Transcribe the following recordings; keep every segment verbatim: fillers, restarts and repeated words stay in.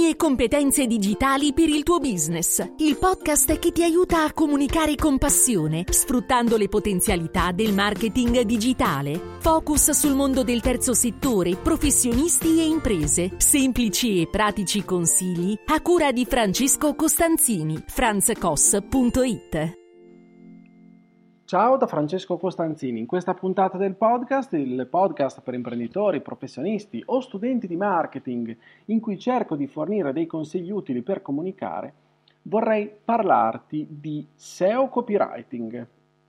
e competenze digitali per il tuo business. Il podcast che ti aiuta a comunicare con passione, sfruttando le potenzialità del marketing digitale. Focus sul mondo del terzo settore, professionisti e imprese. Semplici e pratici consigli a cura di Francesco Costanzini. franz cos punto it. Ciao da Francesco Costanzini. In questa puntata del podcast, il podcast per imprenditori, professionisti o studenti di marketing, in cui cerco di fornire dei consigli utili per comunicare, vorrei parlarti di S E O copywriting.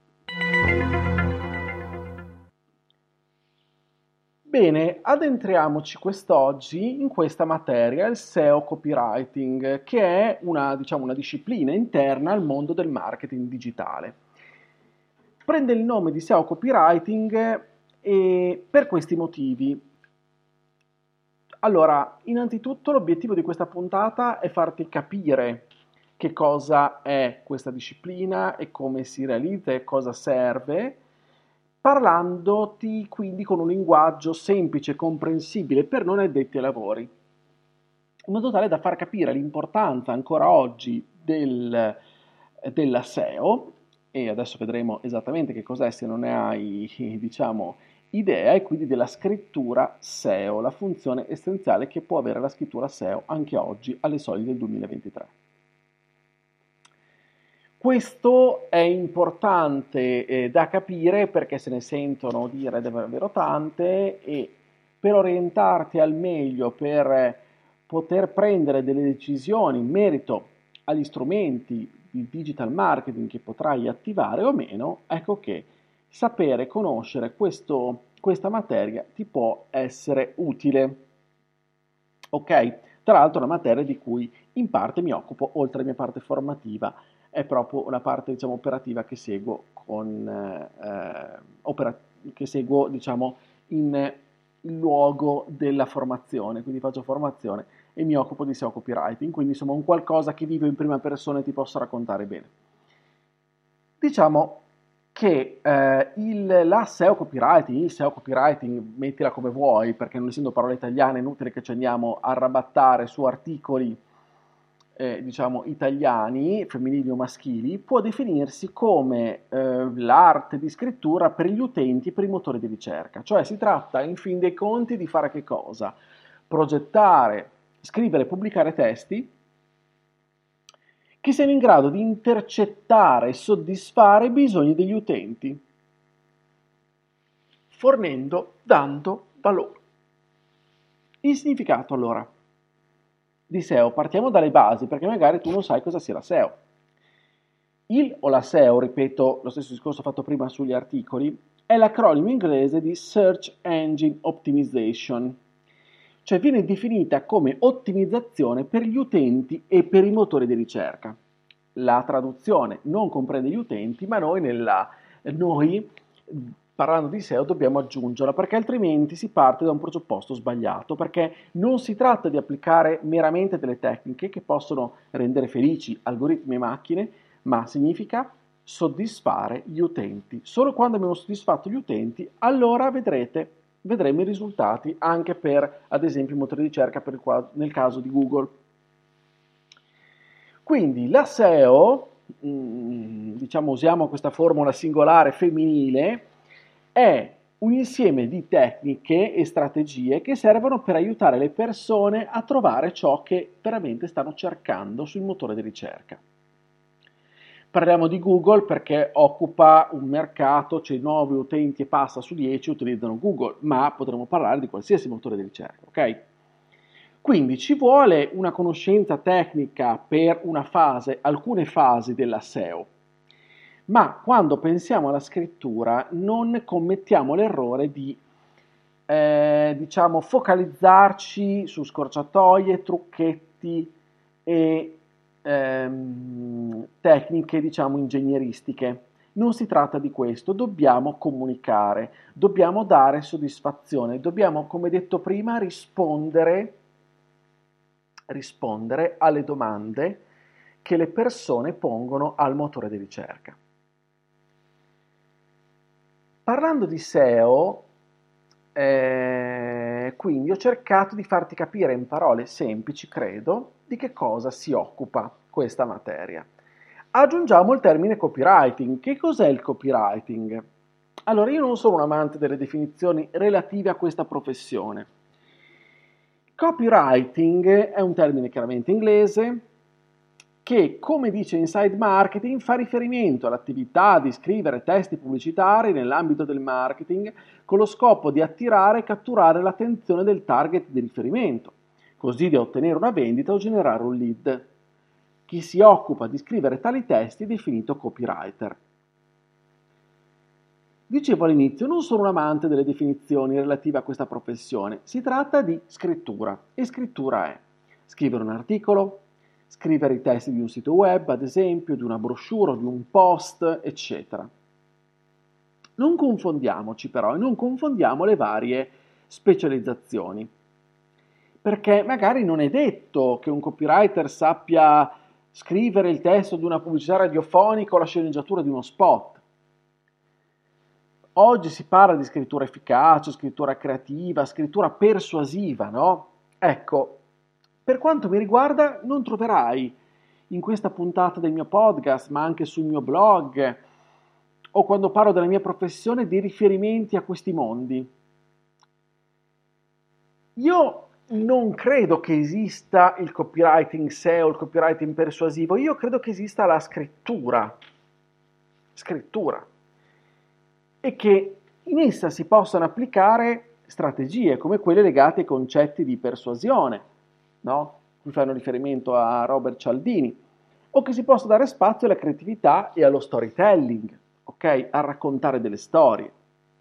Bene, addentriamoci quest'oggi in questa materia, il S E O copywriting, che è una, diciamo, una disciplina interna al mondo del marketing digitale. Prende il nome di S E O copywriting e per questi motivi. Allora, innanzitutto l'obiettivo di questa puntata è farti capire che cosa è questa disciplina e come si realizza e cosa serve, parlandoti quindi con un linguaggio semplice e comprensibile per non addetti ai lavori, in modo tale da far capire l'importanza ancora oggi del, della S E O. E adesso vedremo esattamente che cos'è se non ne hai, diciamo, idea, e quindi della scrittura S E O, la funzione essenziale che può avere la scrittura S E O anche oggi, alle soglie del duemilaventitré. Questo è importante eh, da capire perché se ne sentono dire davvero tante, e per orientarti al meglio, per poter prendere delle decisioni in merito agli strumenti di digital marketing che potrai attivare o meno, ecco che sapere, conoscere questo, questa materia ti può essere utile. Ok? Tra l'altro è una materia di cui in parte mi occupo, oltre alla mia parte formativa, è proprio la parte, diciamo, operativa che seguo con eh, opera, che seguo, diciamo, in luogo della formazione, quindi faccio formazione e mi occupo di S E O copywriting, quindi insomma un qualcosa che vivo in prima persona e ti posso raccontare bene. Diciamo che eh, il, la S E O copywriting, il S E O copywriting, mettila come vuoi, perché non essendo parole italiane è inutile che ci andiamo a rabattare su articoli eh, diciamo italiani, femminili o maschili, può definirsi come eh, l'arte di scrittura per gli utenti e per i motori di ricerca. Cioè si tratta in fin dei conti di fare che cosa? Progettare, scrivere e pubblicare testi che siano in grado di intercettare e soddisfare i bisogni degli utenti, fornendo, dando valore. Il significato allora di S E O, partiamo dalle basi perché magari tu non sai cosa sia la S E O. Il o la S E O, ripeto lo stesso discorso fatto prima sugli articoli, è l'acronimo inglese di Search Engine Optimization, cioè viene definita come ottimizzazione per gli utenti e per i motori di ricerca. La traduzione non comprende gli utenti, ma noi, nella, noi parlando di S E O dobbiamo aggiungerla, perché altrimenti si parte da un presupposto sbagliato, perché non si tratta di applicare meramente delle tecniche che possono rendere felici algoritmi e macchine, ma significa soddisfare gli utenti. Solo quando abbiamo soddisfatto gli utenti, allora vedrete vedremo i risultati anche per, ad esempio, i motori di ricerca per il quadro, nel caso di Google. Quindi la S E O, mh, diciamo usiamo questa formula singolare femminile, è un insieme di tecniche e strategie che servono per aiutare le persone a trovare ciò che veramente stanno cercando sul motore di ricerca. Parliamo di Google perché occupa un mercato, cioè nove utenti e passa su dieci utilizzano Google, ma potremmo parlare di qualsiasi motore di ricerca, ok? Quindi ci vuole una conoscenza tecnica per una fase, alcune fasi della S E O, ma quando pensiamo alla scrittura non commettiamo l'errore di, eh, diciamo, focalizzarci su scorciatoie, trucchetti e Ehm, tecniche, diciamo, ingegneristiche. Non si tratta di questo, dobbiamo comunicare, dobbiamo dare soddisfazione, dobbiamo, come detto prima, rispondere, rispondere alle domande che le persone pongono al motore di ricerca. Parlando di S E O, eh, Eh, quindi ho cercato di farti capire in parole semplici, credo, di che cosa si occupa questa materia. Aggiungiamo il termine copywriting. Che cos'è il copywriting? Allora, io non sono un amante delle definizioni relative a questa professione. Copywriting è un termine chiaramente inglese che, come dice Inside Marketing, fa riferimento all'attività di scrivere testi pubblicitari nell'ambito del marketing con lo scopo di attirare e catturare l'attenzione del target di riferimento, così da ottenere una vendita o generare un lead. Chi si occupa di scrivere tali testi è definito copywriter. Dicevo all'inizio, non sono un amante delle definizioni relative a questa professione, si tratta di scrittura, e scrittura è scrivere un articolo, scrivere i testi di un sito web, ad esempio, di una brochure, di un post, eccetera. Non confondiamoci però, e non confondiamo le varie specializzazioni, perché magari non è detto che un copywriter sappia scrivere il testo di una pubblicità radiofonica o la sceneggiatura di uno spot. Oggi si parla di scrittura efficace, scrittura creativa, scrittura persuasiva, no? Ecco, per quanto mi riguarda, non troverai in questa puntata del mio podcast, ma anche sul mio blog, o quando parlo della mia professione, dei riferimenti a questi mondi. Io non credo che esista il copywriting S E O, il copywriting persuasivo, io credo che esista la scrittura, scrittura, e che in essa si possano applicare strategie come quelle legate ai concetti di persuasione, no? Qui fanno riferimento a Robert Cialdini, o che si possa dare spazio alla creatività e allo storytelling, ok? A raccontare delle storie.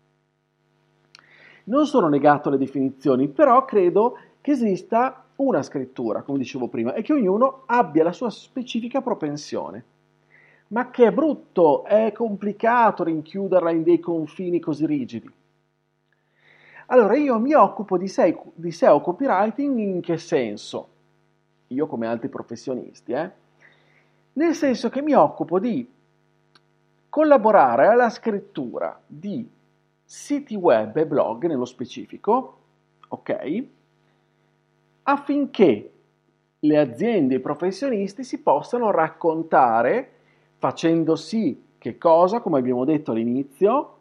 Non sono negato alle definizioni, però credo che esista una scrittura, come dicevo prima, e che ognuno abbia la sua specifica propensione. Ma che è brutto, è complicato rinchiuderla in dei confini così rigidi. Allora, io mi occupo di S E O copywriting in che senso? Io come altri professionisti, eh? Nel senso che mi occupo di collaborare alla scrittura di siti web e blog nello specifico, ok? Affinché le aziende e i professionisti si possano raccontare, facendo sì che cosa, come abbiamo detto all'inizio,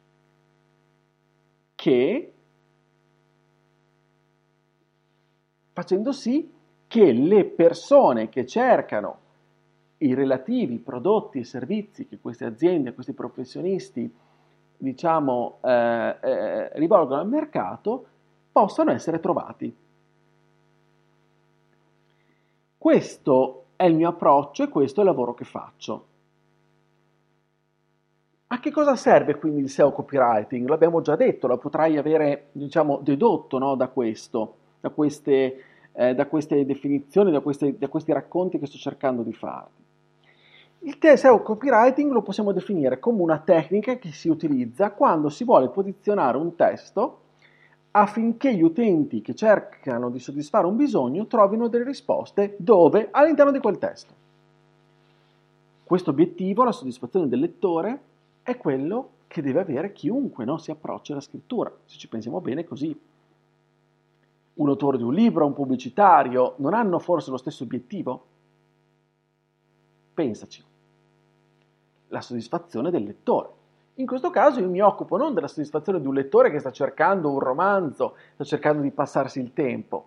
che facendo sì che le persone che cercano i relativi prodotti e servizi che queste aziende, questi professionisti, diciamo, eh, eh, rivolgono al mercato, possano essere trovati. Questo è il mio approccio e questo è il lavoro che faccio. A che cosa serve quindi il S E O copywriting? L'abbiamo già detto, lo potrai avere, diciamo, dedotto, no, da questo, da queste, eh, da queste definizioni, da, queste, da questi racconti che sto cercando di farti. Il S E O copywriting lo possiamo definire come una tecnica che si utilizza quando si vuole posizionare un testo affinché gli utenti che cercano di soddisfare un bisogno trovino delle risposte dove? All'interno di quel testo. Questo obiettivo, la soddisfazione del lettore, è quello che deve avere chiunque, no? Si approccia alla scrittura. Se ci pensiamo bene, così. Un autore di un libro, un pubblicitario, non hanno forse lo stesso obiettivo? Pensaci. La soddisfazione del lettore. In questo caso io mi occupo non della soddisfazione di un lettore che sta cercando un romanzo, sta cercando di passarsi il tempo,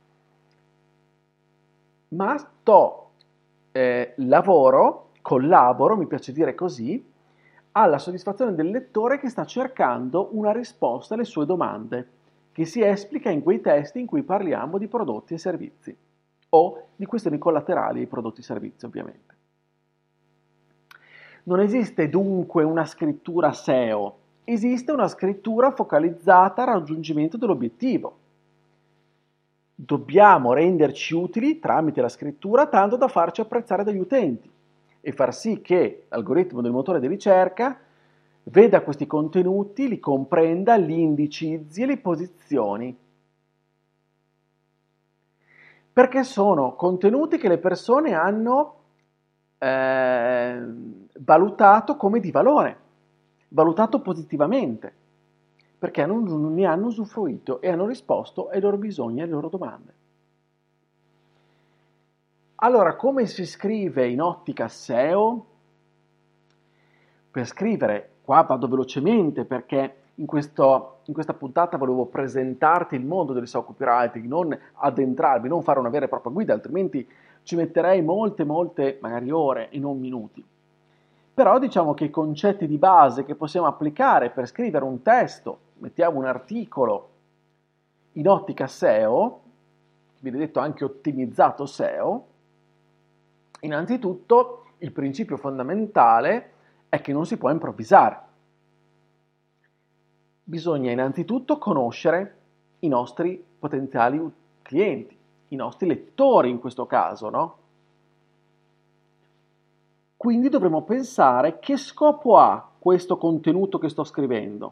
ma sto, eh, lavoro, collaboro, mi piace dire così, alla soddisfazione del lettore che sta cercando una risposta alle sue domande, che si esplica in quei testi in cui parliamo di prodotti e servizi, o di questioni collaterali ai prodotti e servizi, ovviamente. Non esiste dunque una scrittura S E O, esiste una scrittura focalizzata al raggiungimento dell'obiettivo. Dobbiamo renderci utili tramite la scrittura tanto da farci apprezzare dagli utenti e far sì che l'algoritmo del motore di ricerca veda questi contenuti, li comprenda, li indicizzi e li posizioni. Perché sono contenuti che le persone hanno eh, valutato come di valore, valutato positivamente. perché non, non ne hanno usufruito e hanno risposto ai loro bisogni e alle loro domande. Allora, come si scrive in ottica S E O? Per scrivere, qua vado velocemente perché in, questo, in questa puntata volevo presentarti il mondo del S E O copywriting, non addentrarvi, non fare una vera e propria guida, altrimenti ci metterei molte, molte, magari ore e non minuti. Però diciamo che i concetti di base che possiamo applicare per scrivere un testo, mettiamo un articolo in ottica S E O, viene detto anche ottimizzato S E O, innanzitutto il principio fondamentale è che non si può improvvisare. Bisogna innanzitutto conoscere i nostri potenziali clienti, i nostri lettori in questo caso, no? Quindi dovremo pensare che scopo ha questo contenuto che sto scrivendo.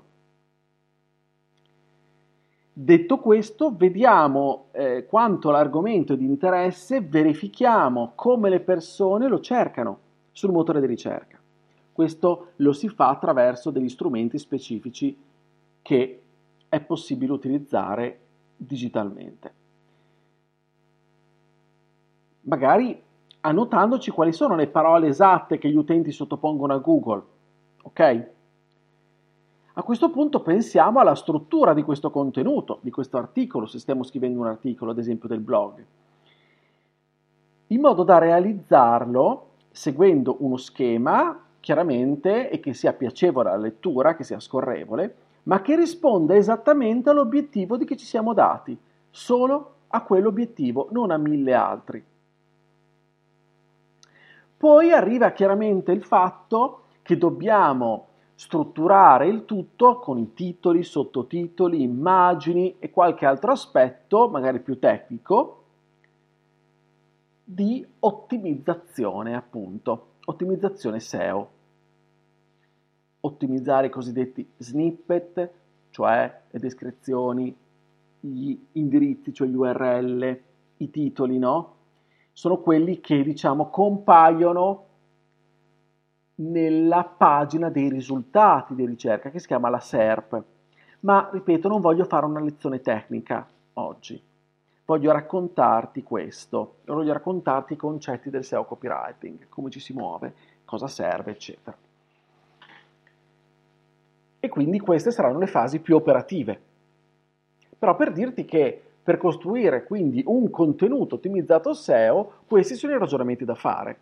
Detto questo, vediamo eh, quanto l'argomento è di interesse, verifichiamo come le persone lo cercano sul motore di ricerca. Questo lo si fa attraverso degli strumenti specifici che è possibile utilizzare digitalmente. Magari annotandoci quali sono le parole esatte che gli utenti sottopongono a Google, ok? A questo punto pensiamo alla struttura di questo contenuto, di questo articolo, se stiamo scrivendo un articolo, ad esempio del blog, in modo da realizzarlo seguendo uno schema, chiaramente, e che sia piacevole alla lettura, che sia scorrevole, ma che risponda esattamente all'obiettivo di che ci siamo dati, solo a quell'obiettivo, non a mille altri. Poi arriva chiaramente il fatto che dobbiamo strutturare il tutto con i titoli, sottotitoli, immagini e qualche altro aspetto, magari più tecnico, di ottimizzazione, appunto, ottimizzazione S E O. Ottimizzare i cosiddetti snippet, cioè le descrizioni, gli indirizzi, cioè gli U R L, i titoli, no? Sono quelli che, diciamo, compaiono nella pagina dei risultati di ricerca, che si chiama la S E R P. Ma, ripeto, non voglio fare una lezione tecnica oggi. Voglio raccontarti questo, voglio raccontarti i concetti del S E O copywriting, come ci si muove, cosa serve, eccetera. E quindi queste saranno le fasi più operative. Però per dirti che per costruire quindi un contenuto ottimizzato S E O, questi sono i ragionamenti da fare.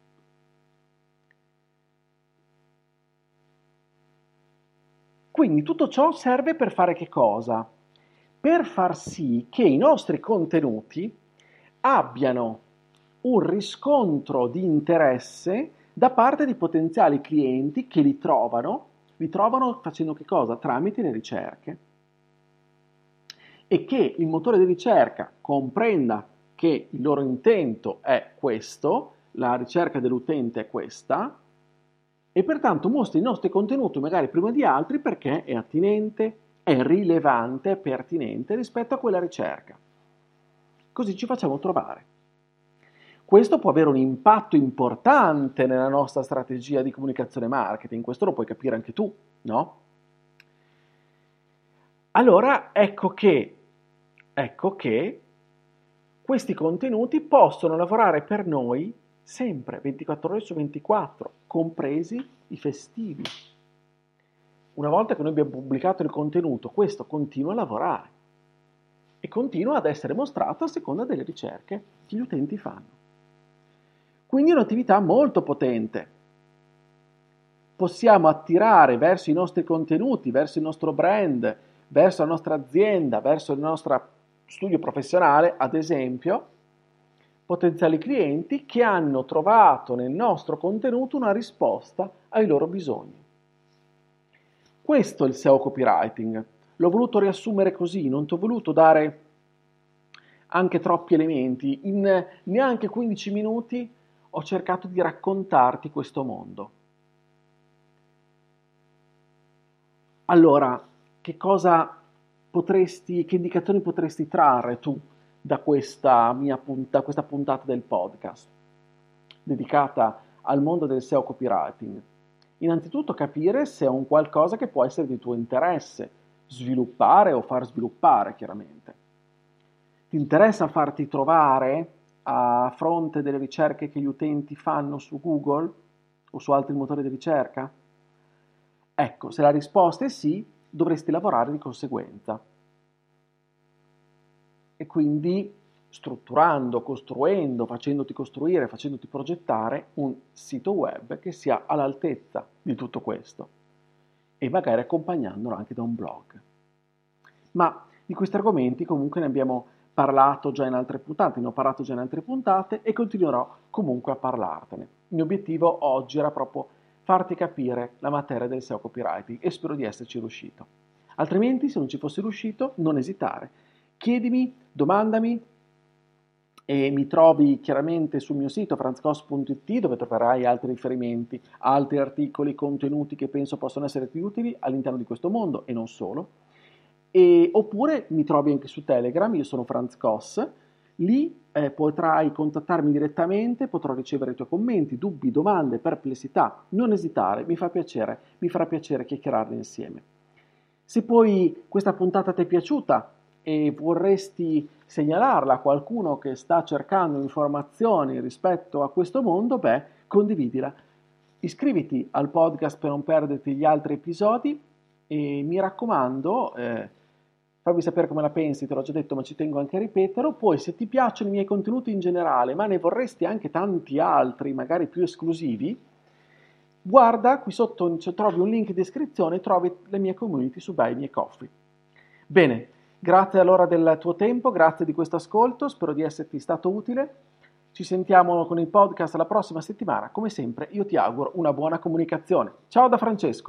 Quindi tutto ciò serve per fare che cosa? Per far sì che i nostri contenuti abbiano un riscontro di interesse da parte di potenziali clienti che li trovano, li trovano facendo che cosa? Tramite le ricerche. E che il motore di ricerca comprenda che il loro intento è questo, la ricerca dell'utente è questa, e pertanto mostri i nostri contenuti magari prima di altri perché è attinente, è rilevante, è pertinente rispetto a quella ricerca. Così ci facciamo trovare. Questo può avere un impatto importante nella nostra strategia di comunicazione marketing, questo lo puoi capire anche tu, no? Allora ecco che, ecco che questi contenuti possono lavorare per noi sempre, ventiquattro ore su ventiquattro, compresi i festivi. Una volta che noi abbiamo pubblicato il contenuto, questo continua a lavorare e continua ad essere mostrato a seconda delle ricerche che gli utenti fanno. Quindi è un'attività molto potente. Possiamo attirare verso i nostri contenuti, verso il nostro brand, verso la nostra azienda, verso il nostro studio professionale, ad esempio, potenziali clienti che hanno trovato nel nostro contenuto una risposta ai loro bisogni. Questo è il S E O copywriting. L'ho voluto riassumere così, non ti ho voluto dare anche troppi elementi. In neanche quindici minuti ho cercato di raccontarti questo mondo. Allora, che cosa potresti, che indicazioni potresti trarre tu da questa mia puntata, questa puntata del podcast dedicata al mondo del S E O copywriting? Innanzitutto capire se è un qualcosa che può essere di tuo interesse, sviluppare o far sviluppare, chiaramente. Ti interessa farti trovare a fronte delle ricerche che gli utenti fanno su Google o su altri motori di ricerca? Ecco, se la risposta è sì, dovresti lavorare di conseguenza. E quindi strutturando, costruendo, facendoti costruire, facendoti progettare un sito web che sia all'altezza di tutto questo e magari accompagnandolo anche da un blog. Ma di questi argomenti comunque ne abbiamo parlato già in altre puntate, ne ho parlato già in altre puntate e continuerò comunque a parlartene. Il mio obiettivo oggi era proprio farti capire la materia del S E O copywriting e spero di esserci riuscito. Altrimenti, se non ci fossi riuscito, non esitare. Chiedimi, domandami e mi trovi chiaramente sul mio sito franz cos punto it dove troverai altri riferimenti, altri articoli, contenuti che penso possano essere più utili all'interno di questo mondo e non solo. E, oppure mi trovi anche su Telegram, io sono Franz Cos, lì eh, potrai contattarmi direttamente, potrò ricevere i tuoi commenti, dubbi, domande, perplessità, non esitare, mi fa piacere, mi farà piacere chiacchierarne insieme. Se poi questa puntata ti è piaciuta e vorresti segnalarla a qualcuno che sta cercando informazioni rispetto a questo mondo, beh, condividila. Iscriviti al podcast per non perderti gli altri episodi e mi raccomando, eh, fammi sapere come la pensi, te l'ho già detto ma ci tengo anche a ripeterlo. Poi se ti piacciono i miei contenuti in generale ma ne vorresti anche tanti altri magari più esclusivi, guarda qui sotto, cioè, trovi un link di descrizione, trovi le mie community su Buy Me a Coffee. Bene, grazie allora del tuo tempo, grazie di questo ascolto, spero di esserti stato utile. Ci sentiamo con il podcast la prossima settimana, come sempre io ti auguro una buona comunicazione. Ciao da Francesco!